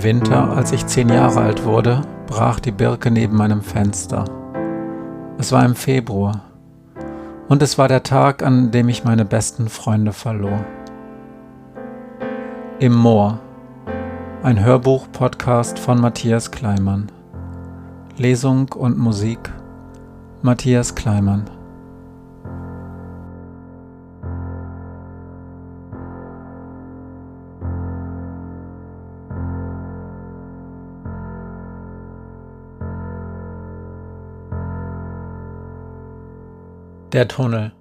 Im Winter, als ich 10 Jahre alt wurde, brach die Birke neben meinem Fenster. Es war im Februar und es war der Tag, an dem ich meine besten Freunde verlor. Im Moor, ein Hörbuch-Podcast von Matthias Kleimann. Lesung und Musik Matthias Kleimann. Der Tunnel.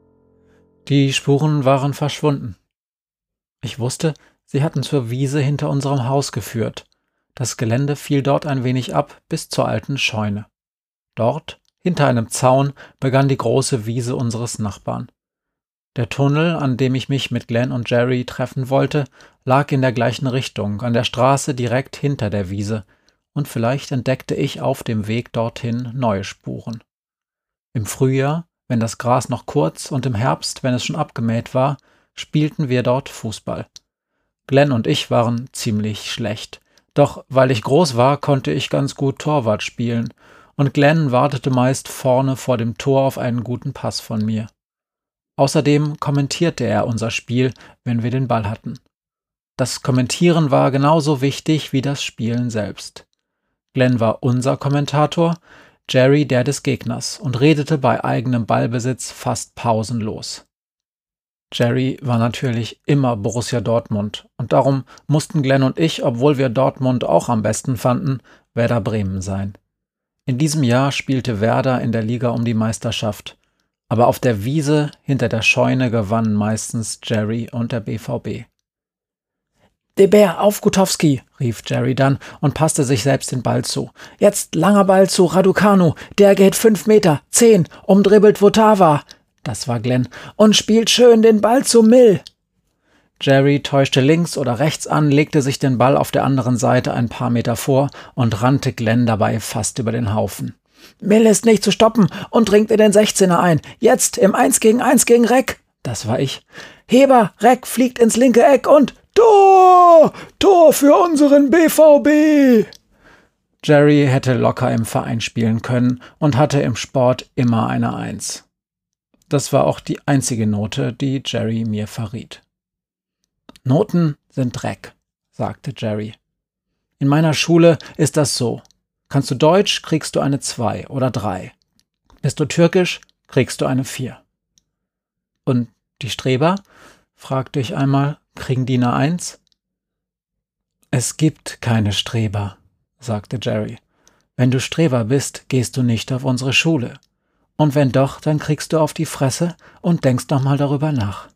Die Spuren waren verschwunden. Ich wusste, sie hatten zur Wiese hinter unserem Haus geführt. Das Gelände fiel dort ein wenig ab bis zur alten Scheune. Dort, hinter einem Zaun, begann die große Wiese unseres Nachbarn. Der Tunnel, an dem ich mich mit Glenn und Jerry treffen wollte, lag in der gleichen Richtung, an der Straße direkt hinter der Wiese, und vielleicht entdeckte ich auf dem Weg dorthin neue Spuren. Im Frühjahr, wenn das Gras noch kurz, und im Herbst, wenn es schon abgemäht war, spielten wir dort Fußball. Glenn und ich waren ziemlich schlecht. Doch weil ich groß war, konnte ich ganz gut Torwart spielen, und Glenn wartete meist vorne vor dem Tor auf einen guten Pass von mir. Außerdem kommentierte er unser Spiel, wenn wir den Ball hatten. Das Kommentieren war genauso wichtig wie das Spielen selbst. Glenn war unser Kommentator, Jerry der des Gegners, und redete bei eigenem Ballbesitz fast pausenlos. Jerry war natürlich immer Borussia Dortmund, und darum mussten Glenn und ich, obwohl wir Dortmund auch am besten fanden, Werder Bremen sein. In diesem Jahr spielte Werder in der Liga um die Meisterschaft, aber auf der Wiese hinter der Scheune gewannen meistens Jerry und der BVB. »De Bär, auf Gutowski«, rief Jerry dann und passte sich selbst den Ball zu. »Jetzt langer Ball zu Raducanu, der geht 5 Meter, 10, umdribbelt Votava«, das war Glenn, »und spielt schön den Ball zu Mill«. Jerry täuschte links oder rechts an, legte sich den Ball auf der anderen Seite ein paar Meter vor und rannte Glenn dabei fast über den Haufen. »Mill ist nicht zu stoppen und dringt in den 16er ein. Jetzt im 1 gegen 1 gegen Reck«, das war ich. »Heber, Reck fliegt ins linke Eck und Tor! Tor für unseren BVB!« Jerry hätte locker im Verein spielen können und hatte im Sport immer eine 1. Das war auch die einzige Note, die Jerry mir verriet. »Noten sind Dreck«, sagte Jerry. »In meiner Schule ist das so. Kannst du Deutsch, kriegst du eine 2 oder 3. Bist du Türkisch, kriegst du eine 4. »Und die Streber?«, fragte ich einmal, »kriegen die eine 1? »Es gibt keine Streber«, sagte Jerry. »Wenn du Streber bist, gehst du nicht auf unsere Schule. Und wenn doch, dann kriegst du auf die Fresse und denkst noch mal darüber nach.«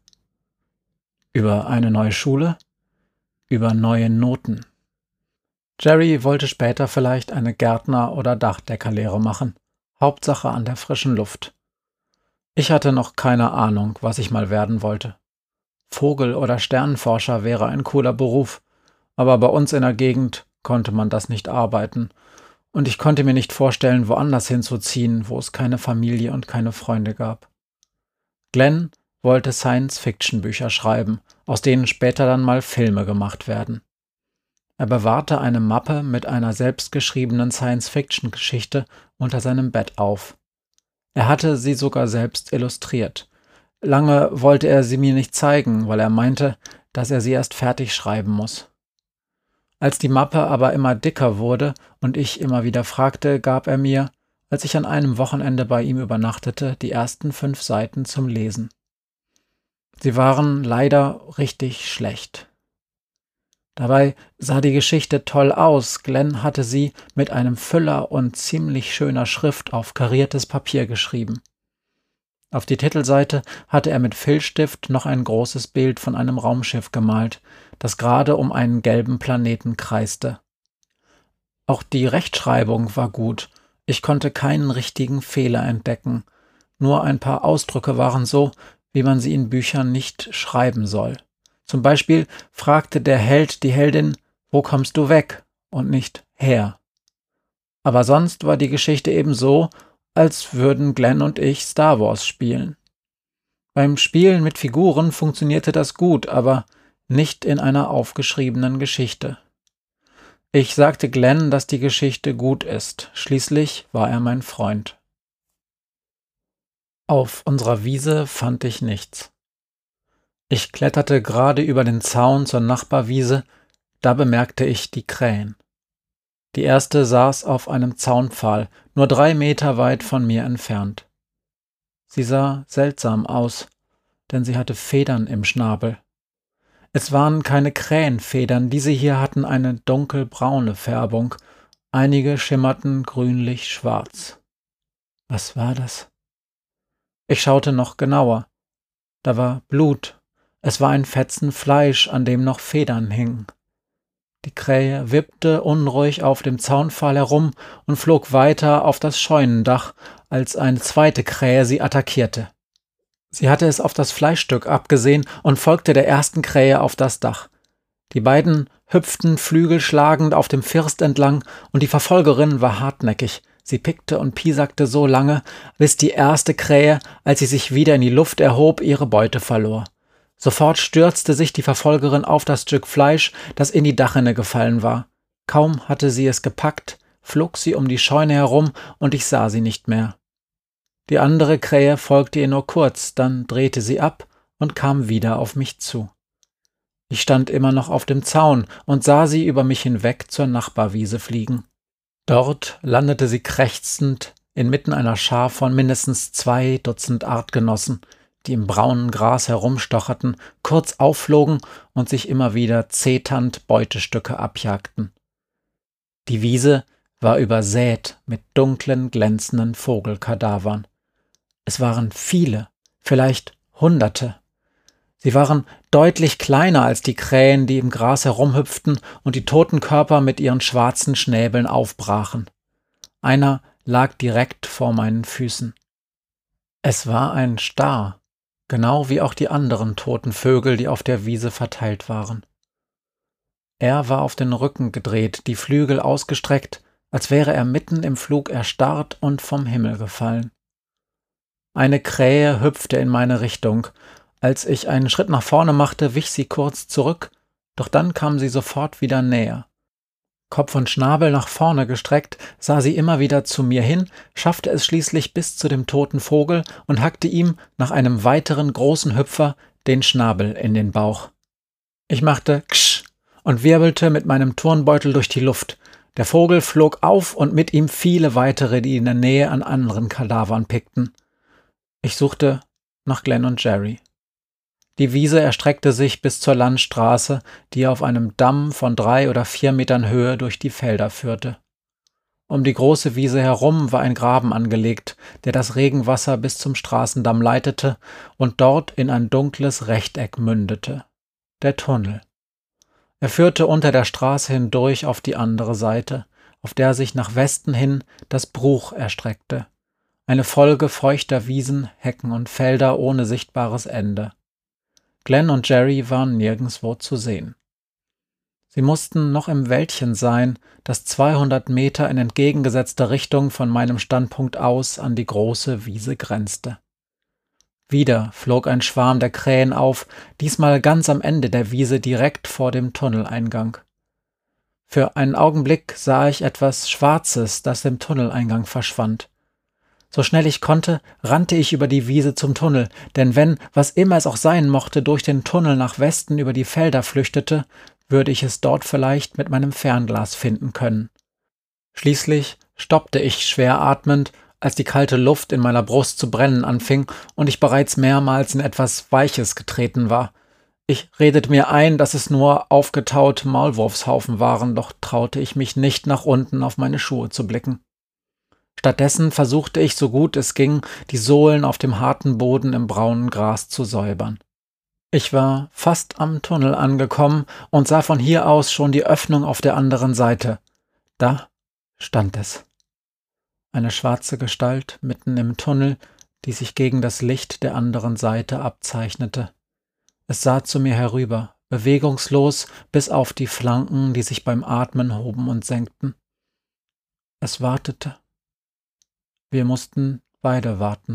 Über eine neue Schule? Über neue Noten. Jerry wollte später vielleicht eine Gärtner- oder Dachdeckerlehre machen. Hauptsache an der frischen Luft. Ich hatte noch keine Ahnung, was ich mal werden wollte. Vogel- oder Sternenforscher wäre ein cooler Beruf, aber bei uns in der Gegend konnte man das nicht arbeiten, und ich konnte mir nicht vorstellen, woanders hinzuziehen, wo es keine Familie und keine Freunde gab. Glenn wollte Science-Fiction-Bücher schreiben, aus denen später dann mal Filme gemacht werden. Er bewahrte eine Mappe mit einer selbstgeschriebenen Science-Fiction-Geschichte unter seinem Bett auf. Er hatte sie sogar selbst illustriert. Lange wollte er sie mir nicht zeigen, weil er meinte, dass er sie erst fertig schreiben muss. Als die Mappe aber immer dicker wurde und ich immer wieder fragte, gab er mir, als ich an einem Wochenende bei ihm übernachtete, die ersten 5 Seiten zum Lesen. Sie waren leider richtig schlecht. Dabei sah die Geschichte toll aus. Glenn hatte sie mit einem Füller und ziemlich schöner Schrift auf kariertes Papier geschrieben. Auf die Titelseite hatte er mit Filzstift noch ein großes Bild von einem Raumschiff gemalt, das gerade um einen gelben Planeten kreiste. Auch die Rechtschreibung war gut. Ich konnte keinen richtigen Fehler entdecken. Nur ein paar Ausdrücke waren so, wie man sie in Büchern nicht schreiben soll. Zum Beispiel fragte der Held die Heldin, »Wo kommst du weg?« und nicht »her«. Aber sonst war die Geschichte eben so, als würden Glenn und ich Star Wars spielen. Beim Spielen mit Figuren funktionierte das gut, aber nicht in einer aufgeschriebenen Geschichte. Ich sagte Glenn, dass die Geschichte gut ist. Schließlich war er mein Freund. Auf unserer Wiese fand ich nichts. Ich kletterte gerade über den Zaun zur Nachbarwiese, da bemerkte ich die Krähen. Die erste saß auf einem Zaunpfahl, nur 3 Meter weit von mir entfernt. Sie sah seltsam aus, denn sie hatte Federn im Schnabel. Es waren keine Krähenfedern, diese hier hatten eine dunkelbraune Färbung, einige schimmerten grünlich-schwarz. Was war das? Ich schaute noch genauer. Da war Blut. Es war ein Fetzen Fleisch, an dem noch Federn hingen. Die Krähe wippte unruhig auf dem Zaunpfahl herum und flog weiter auf das Scheunendach, als eine zweite Krähe sie attackierte. Sie hatte es auf das Fleischstück abgesehen und folgte der ersten Krähe auf das Dach. Die beiden hüpften flügelschlagend auf dem First entlang, und die Verfolgerin war hartnäckig. Sie pickte und piesakte so lange, bis die erste Krähe, als sie sich wieder in die Luft erhob, ihre Beute verlor. Sofort stürzte sich die Verfolgerin auf das Stück Fleisch, das in die Dachrinne gefallen war. Kaum hatte sie es gepackt, flog sie um die Scheune herum, und ich sah sie nicht mehr. Die andere Krähe folgte ihr nur kurz, dann drehte sie ab und kam wieder auf mich zu. Ich stand immer noch auf dem Zaun und sah sie über mich hinweg zur Nachbarwiese fliegen. Dort landete sie krächzend inmitten einer Schar von mindestens 2 Dutzend Artgenossen, die im braunen Gras herumstocherten, kurz aufflogen und sich immer wieder zeternd Beutestücke abjagten. Die Wiese war übersät mit dunklen, glänzenden Vogelkadavern. Es waren viele, vielleicht Hunderte. Sie waren deutlich kleiner als die Krähen, die im Gras herumhüpften und die toten Körper mit ihren schwarzen Schnäbeln aufbrachen. Einer lag direkt vor meinen Füßen. Es war ein Star, genau wie auch die anderen toten Vögel, die auf der Wiese verteilt waren. Er war auf den Rücken gedreht, die Flügel ausgestreckt, als wäre er mitten im Flug erstarrt und vom Himmel gefallen. Eine Krähe hüpfte in meine Richtung. Als ich einen Schritt nach vorne machte, wich sie kurz zurück, doch dann kam sie sofort wieder näher. Kopf und Schnabel nach vorne gestreckt, sah sie immer wieder zu mir hin, schaffte es schließlich bis zu dem toten Vogel und hackte ihm nach einem weiteren großen Hüpfer den Schnabel in den Bauch. Ich machte Ksch und wirbelte mit meinem Turnbeutel durch die Luft. Der Vogel flog auf und mit ihm viele weitere, die in der Nähe an anderen Kadavern pickten. Ich suchte nach Glenn und Jerry. Die Wiese erstreckte sich bis zur Landstraße, die auf einem Damm von 3 oder 4 Metern Höhe durch die Felder führte. Um die große Wiese herum war ein Graben angelegt, der das Regenwasser bis zum Straßendamm leitete und dort in ein dunkles Rechteck mündete. Der Tunnel. Er führte unter der Straße hindurch auf die andere Seite, auf der sich nach Westen hin das Bruch erstreckte. Eine Folge feuchter Wiesen, Hecken und Felder ohne sichtbares Ende. Glenn und Jerry waren nirgendwo zu sehen. Sie mussten noch im Wäldchen sein, das 200 Meter in entgegengesetzter Richtung von meinem Standpunkt aus an die große Wiese grenzte. Wieder flog ein Schwarm der Krähen auf, diesmal ganz am Ende der Wiese direkt vor dem Tunneleingang. Für einen Augenblick sah ich etwas Schwarzes, das im Tunneleingang verschwand. So schnell ich konnte, rannte ich über die Wiese zum Tunnel, denn wenn, was immer es auch sein mochte, durch den Tunnel nach Westen über die Felder flüchtete, würde ich es dort vielleicht mit meinem Fernglas finden können. Schließlich stoppte ich schwer atmend, als die kalte Luft in meiner Brust zu brennen anfing und ich bereits mehrmals in etwas Weiches getreten war. Ich redete mir ein, dass es nur aufgetaute Maulwurfshaufen waren, doch traute ich mich nicht, nach unten auf meine Schuhe zu blicken. Stattdessen versuchte ich, so gut es ging, die Sohlen auf dem harten Boden im braunen Gras zu säubern. Ich war fast am Tunnel angekommen und sah von hier aus schon die Öffnung auf der anderen Seite. Da stand es. Eine schwarze Gestalt mitten im Tunnel, die sich gegen das Licht der anderen Seite abzeichnete. Es sah zu mir herüber, bewegungslos bis auf die Flanken, die sich beim Atmen hoben und senkten. Es wartete. Wir mussten beide warten.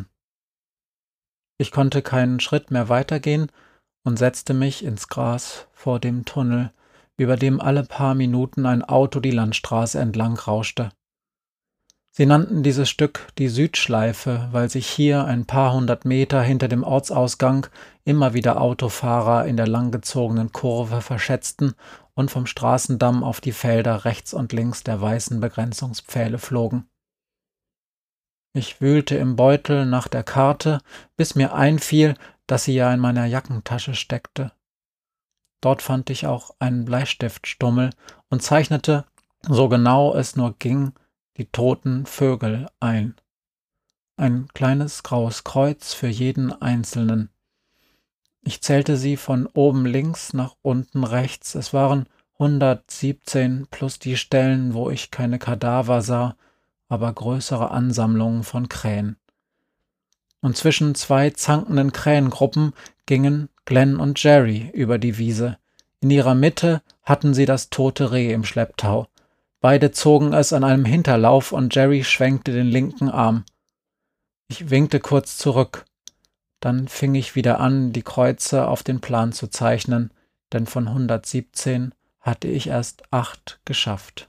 Ich konnte keinen Schritt mehr weitergehen und setzte mich ins Gras vor dem Tunnel, über dem alle paar Minuten ein Auto die Landstraße entlang rauschte. Sie nannten dieses Stück die Südschleife, weil sich hier ein paar hundert Meter hinter dem Ortsausgang immer wieder Autofahrer in der langgezogenen Kurve verschätzten und vom Straßendamm auf die Felder rechts und links der weißen Begrenzungspfähle flogen. Ich wühlte im Beutel nach der Karte, bis mir einfiel, dass sie ja in meiner Jackentasche steckte. Dort fand ich auch einen Bleistiftstummel und zeichnete, so genau es nur ging, die toten Vögel ein. Ein kleines graues Kreuz für jeden einzelnen. Ich zählte sie von oben links nach unten rechts. Es waren 117 plus die Stellen, wo ich keine Kadaver sah, aber größere Ansammlungen von Krähen. Und zwischen zwei zankenden Krähengruppen gingen Glenn und Jerry über die Wiese. In ihrer Mitte hatten sie das tote Reh im Schlepptau. Beide zogen es an einem Hinterlauf und Jerry schwenkte den linken Arm. Ich winkte kurz zurück. Dann fing ich wieder an, die Kreuze auf den Plan zu zeichnen, denn von 117 hatte ich erst 8 geschafft.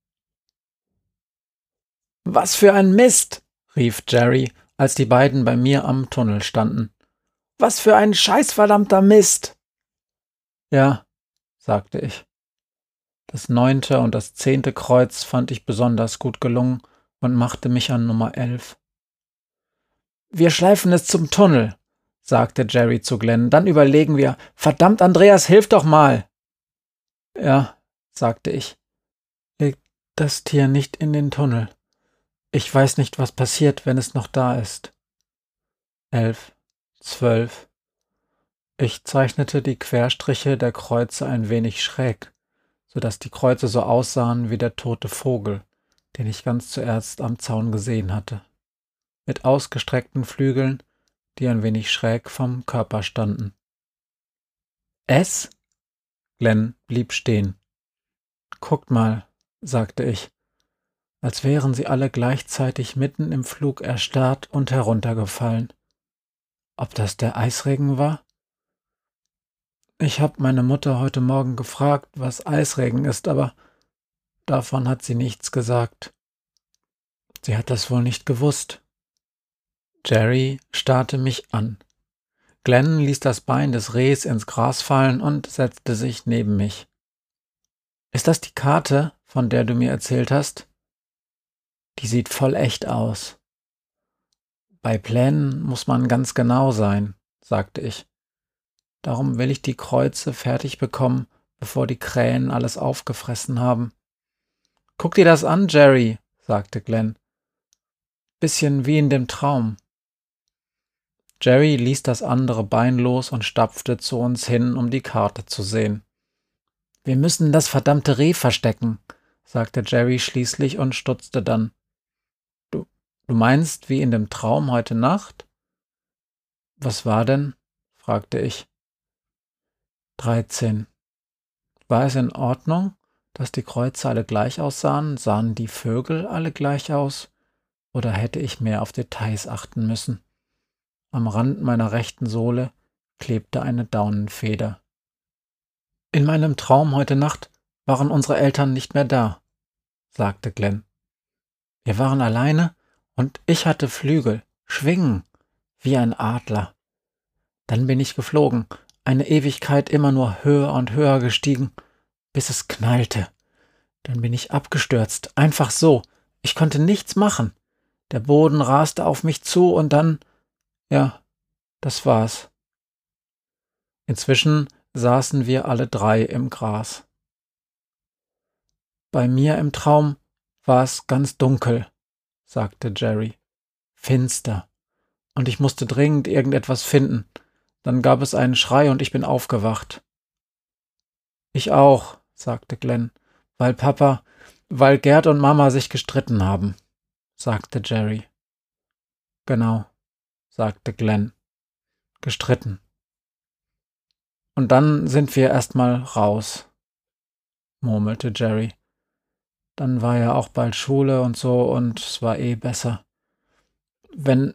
»Was für ein Mist«, rief Jerry, als die beiden bei mir am Tunnel standen. »Was für ein scheißverdammter Mist!« »Ja«, sagte ich. Das 9. und das 10. Kreuz fand ich besonders gut gelungen und machte mich an Nummer 11. »Wir schleifen es zum Tunnel«, sagte Jerry zu Glenn. »Dann überlegen wir. Verdammt, Andreas, hilf doch mal!« »Ja«, sagte ich. »Leg das Tier nicht in den Tunnel. Ich weiß nicht, was passiert, wenn es noch da ist.« 11, 12. Ich zeichnete die Querstriche der Kreuze ein wenig schräg, sodass die Kreuze so aussahen wie der tote Vogel, den ich ganz zuerst am Zaun gesehen hatte, mit ausgestreckten Flügeln, die ein wenig schräg vom Körper standen. »Es?« Glenn blieb stehen. »Guckt mal«, sagte ich, als wären sie alle gleichzeitig mitten im Flug erstarrt und heruntergefallen. Ob das der Eisregen war? Ich habe meine Mutter heute Morgen gefragt, was Eisregen ist, aber davon hat sie nichts gesagt. Sie hat das wohl nicht gewusst. Jerry starrte mich an. Glenn ließ das Bein des Rehs ins Gras fallen und setzte sich neben mich. »Ist das die Karte, von der du mir erzählt hast?« »Die sieht voll echt aus.« »Bei Plänen muss man ganz genau sein«, sagte ich. »Darum will ich die Kreuze fertig bekommen, bevor die Krähen alles aufgefressen haben.« »Guck dir das an, Jerry«, sagte Glenn. »Bisschen wie in dem Traum.« Jerry ließ das andere Bein los und stapfte zu uns hin, um die Karte zu sehen. »Wir müssen das verdammte Reh verstecken«, sagte Jerry schließlich und stutzte dann. Du meinst, wie in dem Traum heute Nacht?« »Was war denn?«, fragte ich. 13. War es in Ordnung, dass die Kreuze alle gleich aussahen? Sahen die Vögel alle gleich aus? Oder hätte ich mehr auf Details achten müssen? Am Rand meiner rechten Sohle klebte eine Daunenfeder. »In meinem Traum heute Nacht waren unsere Eltern nicht mehr da«, sagte Glenn. »Wir waren alleine und ich hatte Flügel, schwingen, wie ein Adler. Dann bin ich geflogen, eine Ewigkeit immer nur höher und höher gestiegen, bis es knallte. Dann bin ich abgestürzt, einfach so. Ich konnte nichts machen. Der Boden raste auf mich zu und dann, ja, das war's.« Inzwischen saßen wir alle 3 im Gras. »Bei mir im Traum war es ganz dunkel«, sagte Jerry. »Finster. Und ich musste dringend irgendetwas finden. Dann gab es einen Schrei und ich bin aufgewacht.« »Ich auch«, sagte Glenn, weil Gerd und Mama sich gestritten haben«, sagte Jerry. »Genau«, sagte Glenn. »Gestritten. Und dann sind wir erstmal raus«, murmelte Jerry. »Dann war ja auch bald Schule und so und es war eh besser. Wenn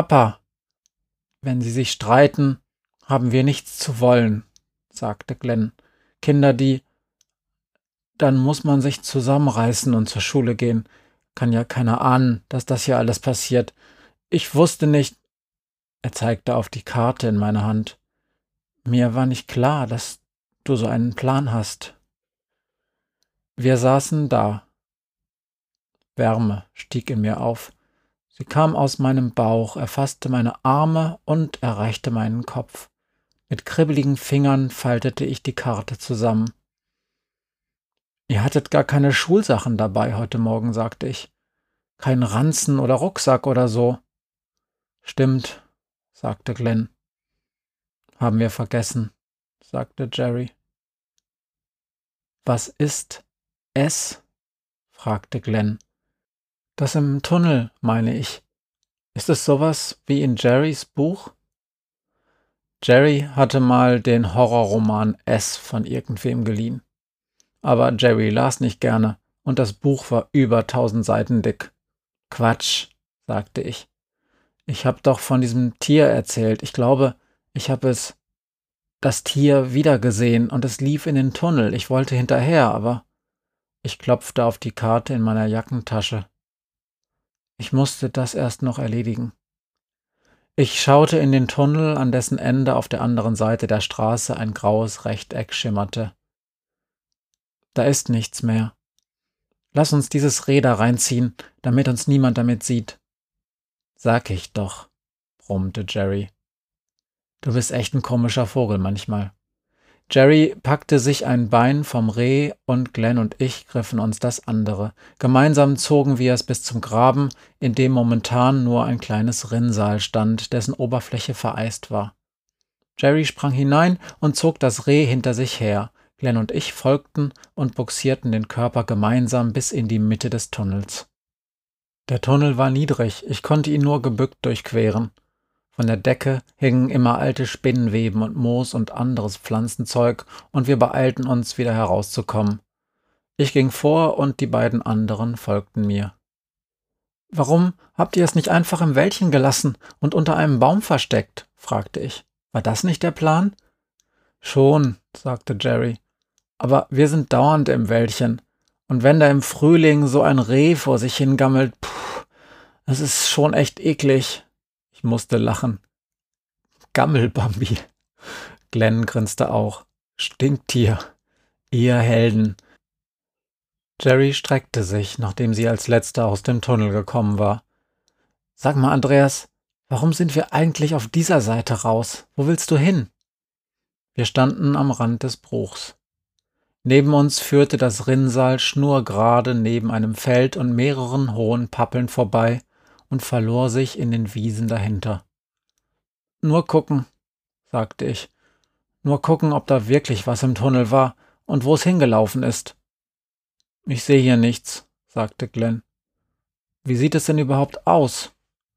sie sich streiten, haben wir nichts zu wollen«, sagte Glenn. »Kinder, die dann muss man sich zusammenreißen und zur Schule gehen. Kann ja keiner ahnen, dass das hier alles passiert. Ich wusste nicht. Er zeigte auf die Karte in meiner Hand. Mir war nicht klar, dass du so einen Plan hast. Wir saßen da. Wärme stieg in mir auf. Sie kam aus meinem Bauch, erfasste meine Arme und erreichte meinen Kopf. Mit kribbeligen Fingern faltete ich die Karte zusammen. »Ihr hattet gar keine Schulsachen dabei heute Morgen«, sagte ich. »Kein Ranzen oder Rucksack oder so.« »Stimmt«, sagte Glenn. »Haben wir vergessen«, sagte Jerry. »Was ist es?«, fragte Glenn. »Das im Tunnel, meine ich. Ist es sowas wie in Jerrys Buch?« Jerry hatte mal den Horrorroman S von irgendwem geliehen. Aber Jerry las nicht gerne und das Buch war über 1000 Seiten dick. »Quatsch«, sagte ich. »Ich hab doch von diesem Tier erzählt. Ich glaube, ich habe das Tier wiedergesehen und es lief in den Tunnel. Ich wollte hinterher, aber...« Ich klopfte auf die Karte in meiner Jackentasche. Ich musste das erst noch erledigen. Ich schaute in den Tunnel, an dessen Ende auf der anderen Seite der Straße ein graues Rechteck schimmerte. Da ist nichts mehr. Lass uns dieses Reh da reinziehen, damit uns niemand damit sieht. »Sag ich doch«, brummte Jerry. »Du bist echt ein komischer Vogel manchmal.« Jerry packte sich ein Bein vom Reh und Glenn und ich griffen uns das andere. Gemeinsam zogen wir es bis zum Graben, in dem momentan nur ein kleines Rinnsal stand, dessen Oberfläche vereist war. Jerry sprang hinein und zog das Reh hinter sich her. Glenn und ich folgten und buxierten den Körper gemeinsam bis in die Mitte des Tunnels. Der Tunnel war niedrig, ich konnte ihn nur gebückt durchqueren. Von der Decke hingen immer alte Spinnenweben und Moos und anderes Pflanzenzeug, und wir beeilten uns, wieder herauszukommen. Ich ging vor und die beiden anderen folgten mir. »Warum habt ihr es nicht einfach im Wäldchen gelassen und unter einem Baum versteckt?« fragte ich. »War das nicht der Plan?« »Schon«, sagte Jerry. »Aber wir sind dauernd im Wäldchen. Und wenn da im Frühling so ein Reh vor sich hingammelt, das ist schon echt eklig.« Ich musste lachen. »Gammelbambi«, Glenn grinste auch. »Stinktier, ihr Helden.« Jerry streckte sich, nachdem sie als Letzter aus dem Tunnel gekommen war. »Sag mal, Andreas, warum sind wir eigentlich auf dieser Seite raus? Wo willst du hin?« Wir standen am Rand des Bruchs. Neben uns führte das Rinnsal schnurgerade neben einem Feld und mehreren hohen Pappeln vorbei und verlor sich in den Wiesen dahinter. »Nur gucken«, sagte ich. »Nur gucken, ob da wirklich was im Tunnel war und wo es hingelaufen ist.« »Ich sehe hier nichts«, sagte Glenn. »Wie sieht es denn überhaupt aus?«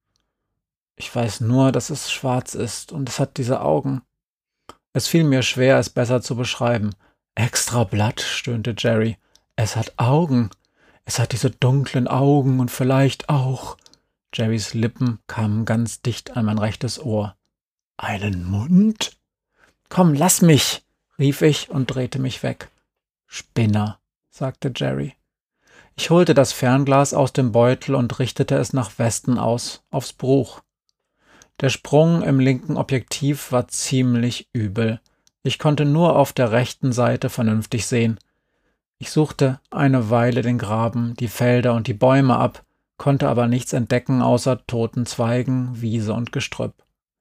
»Ich weiß nur, dass es schwarz ist und es hat diese Augen.« Es fiel mir schwer, es besser zu beschreiben. »Extra Blatt«, stöhnte Jerry. »Es hat Augen. Es hat diese dunklen Augen und vielleicht auch...« Jerrys Lippen kamen ganz dicht an mein rechtes Ohr. »Einen Mund?« »Komm, lass mich«, rief ich und drehte mich weg. »Spinner«, sagte Jerry. Ich holte das Fernglas aus dem Beutel und richtete es nach Westen aus, aufs Bruch. Der Sprung im linken Objektiv war ziemlich übel. Ich konnte nur auf der rechten Seite vernünftig sehen. Ich suchte eine Weile den Graben, die Felder und die Bäume ab, konnte aber nichts entdecken außer toten Zweigen, Wiese und Gestrüpp.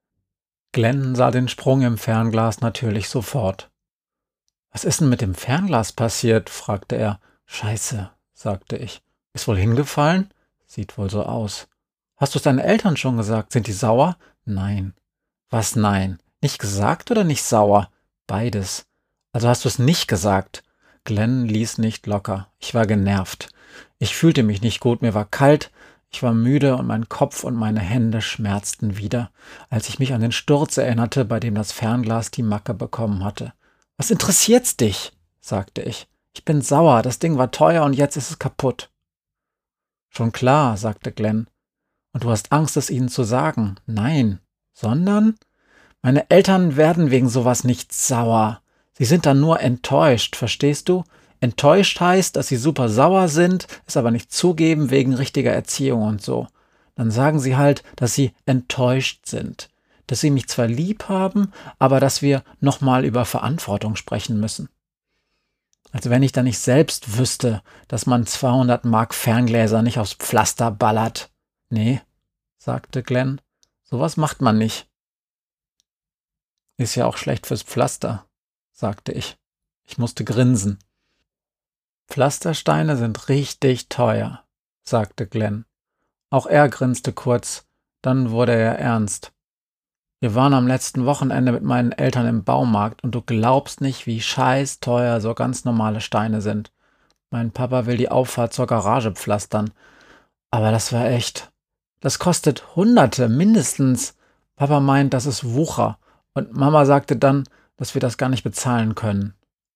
Glenn sah den Sprung im Fernglas natürlich sofort. »Was ist denn mit dem Fernglas passiert?« fragte er. »Scheiße«, sagte ich. »Ist wohl hingefallen?« »Sieht wohl so aus.« »Hast du es deinen Eltern schon gesagt? Sind die sauer?« »Nein.« »Was nein? Nicht gesagt oder nicht sauer?« »Beides.« »Also hast du es nicht gesagt?« Glenn ließ nicht locker. Ich war genervt. Ich fühlte mich nicht gut, mir war kalt, ich war müde und mein Kopf und meine Hände schmerzten wieder, als ich mich an den Sturz erinnerte, bei dem das Fernglas die Macke bekommen hatte. »Was interessiert's dich?«, sagte ich. »Ich bin sauer, das Ding war teuer und jetzt ist es kaputt.« »Schon klar«, sagte Glenn. »Und du hast Angst, es ihnen zu sagen?« »Nein.« »Sondern?« »Meine Eltern werden wegen sowas nicht sauer. Sie sind dann nur enttäuscht, verstehst du? Enttäuscht heißt, dass sie super sauer sind, es aber nicht zugeben wegen richtiger Erziehung und so. Dann sagen sie halt, dass sie enttäuscht sind. Dass sie mich zwar lieb haben, aber dass wir nochmal über Verantwortung sprechen müssen. Als wenn ich da nicht selbst wüsste, dass man 200 Mark Ferngläser nicht aufs Pflaster ballert. Nee, sagte Glenn, sowas macht man nicht. Ist ja auch schlecht fürs Pflaster, sagte ich. Ich musste grinsen. Pflastersteine sind richtig teuer, sagte Glenn. Auch er grinste kurz, dann wurde er ernst. Wir waren am letzten Wochenende mit meinen Eltern im Baumarkt und du glaubst nicht, wie scheiß teuer so ganz normale Steine sind. Mein Papa will die Auffahrt zur Garage pflastern. Aber das war echt. Das kostet Hunderte mindestens. Papa meint, das ist Wucher. Und Mama sagte dann, dass wir das gar nicht bezahlen können.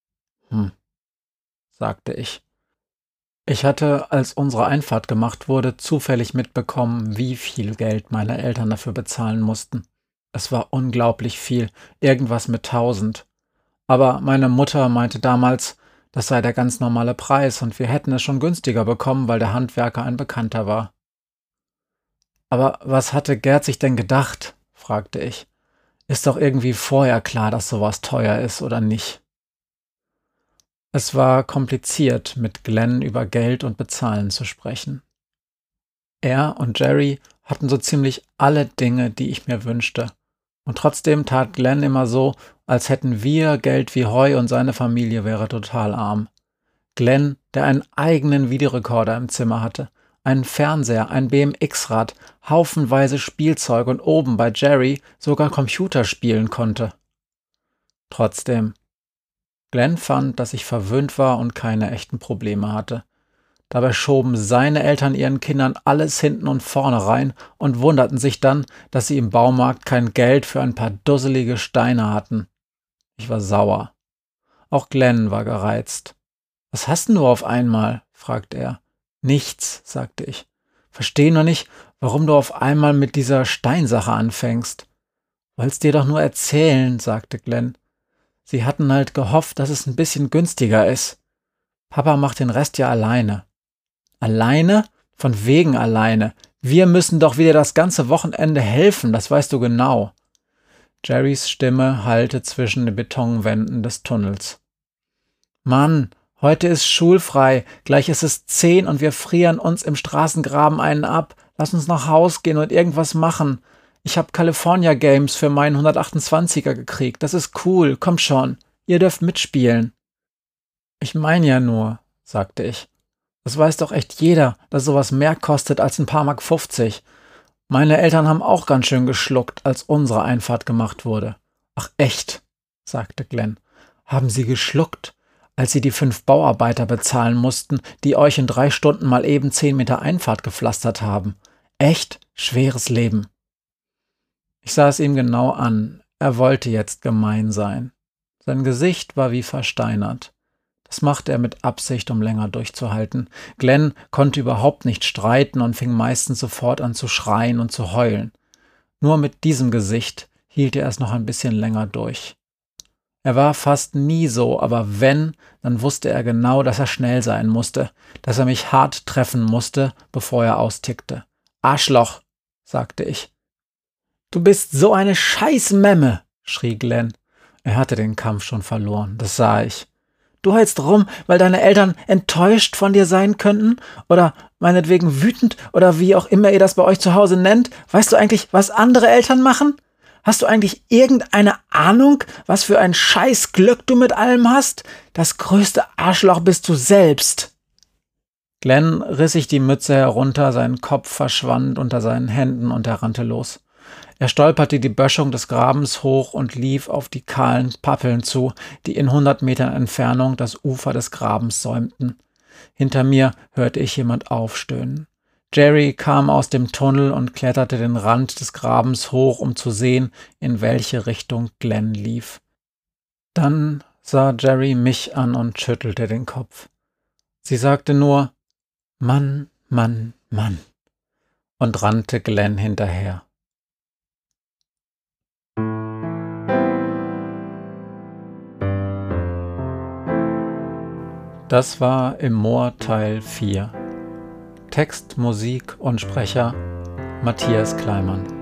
Sagte ich. Ich hatte, als unsere Einfahrt gemacht wurde, zufällig mitbekommen, wie viel Geld meine Eltern dafür bezahlen mussten. Es war unglaublich viel, irgendwas mit 1000. Aber meine Mutter meinte damals, das sei der ganz normale Preis und wir hätten es schon günstiger bekommen, weil der Handwerker ein Bekannter war. Aber was hatte Gerd sich denn gedacht? Fragte ich. Ist doch irgendwie vorher klar, dass sowas teuer ist, oder nicht? Es war kompliziert, mit Glenn über Geld und Bezahlen zu sprechen. Er und Jerry hatten so ziemlich alle Dinge, die ich mir wünschte. Und trotzdem tat Glenn immer so, als hätten wir Geld wie Heu und seine Familie wäre total arm. Glenn, der einen eigenen Videorekorder im Zimmer hatte, einen Fernseher, ein BMX-Rad, haufenweise Spielzeug und oben bei Jerry sogar Computer spielen konnte. Trotzdem, Glenn fand, dass ich verwöhnt war und keine echten Probleme hatte. Dabei schoben seine Eltern ihren Kindern alles hinten und vorne rein und wunderten sich dann, dass sie im Baumarkt kein Geld für ein paar dusselige Steine hatten. Ich war sauer. Auch Glenn war gereizt. »Was hast denn du auf einmal?« fragte er. »Nichts«, sagte ich. »Versteh nur nicht, warum du auf einmal mit dieser Steinsache anfängst.« »Wollt's dir doch nur erzählen«, sagte Glenn. »Sie hatten halt gehofft, dass es ein bisschen günstiger ist. Papa macht den Rest ja alleine.« »Alleine? Von wegen alleine. Wir müssen doch wieder das ganze Wochenende helfen, das weißt du genau.« Jerrys Stimme hallte zwischen den Betonwänden des Tunnels. »Mann, heute ist schulfrei, gleich ist es 10 und wir frieren uns im Straßengraben einen ab. Lass uns nach Haus gehen und irgendwas machen. Ich habe California Games für meinen 128er gekriegt, das ist cool, komm schon, ihr dürft mitspielen.« »Ich meine ja nur«, sagte ich. »Das weiß doch echt jeder, dass sowas mehr kostet als ein paar Mark 50. Meine Eltern haben auch ganz schön geschluckt, als unsere Einfahrt gemacht wurde.« »Ach echt?«, sagte Glenn. »Haben Sie geschluckt, als Sie die 5 Bauarbeiter bezahlen mussten, die euch in 3 Stunden mal eben 10 Meter Einfahrt gepflastert haben? Echt schweres Leben.« Ich sah es ihm genau an. Er wollte jetzt gemein sein. Sein Gesicht war wie versteinert. Das machte er mit Absicht, um länger durchzuhalten. Glenn konnte überhaupt nicht streiten und fing meistens sofort an zu schreien und zu heulen. Nur mit diesem Gesicht hielt er es noch ein bisschen länger durch. Er war fast nie so, aber wenn, dann wusste er genau, dass er schnell sein musste, dass er mich hart treffen musste, bevor er austickte. »Arschloch«, sagte ich. »Du bist so eine Scheißmemme«, schrie Glenn. Er hatte den Kampf schon verloren, das sah ich. »Du heulst rum, weil deine Eltern enttäuscht von dir sein könnten? Oder meinetwegen wütend oder wie auch immer ihr das bei euch zu Hause nennt? Weißt du eigentlich, was andere Eltern machen? Hast du eigentlich irgendeine Ahnung, was für ein Scheißglück du mit allem hast? Das größte Arschloch bist du selbst.« Glenn riss sich die Mütze herunter, sein Kopf verschwand unter seinen Händen und er rannte los. Er stolperte die Böschung des Grabens hoch und lief auf die kahlen Pappeln zu, die in 100 Metern Entfernung das Ufer des Grabens säumten. Hinter mir hörte ich jemand aufstöhnen. Jerry kam aus dem Tunnel und kletterte den Rand des Grabens hoch, um zu sehen, in welche Richtung Glenn lief. Dann sah Jerry mich an und schüttelte den Kopf. Sie sagte nur, »Mann, Mann, Mann«, und rannte Glenn hinterher. Das war Im Moor Teil 4. Text, Musik und Sprecher Matthias Kleimann.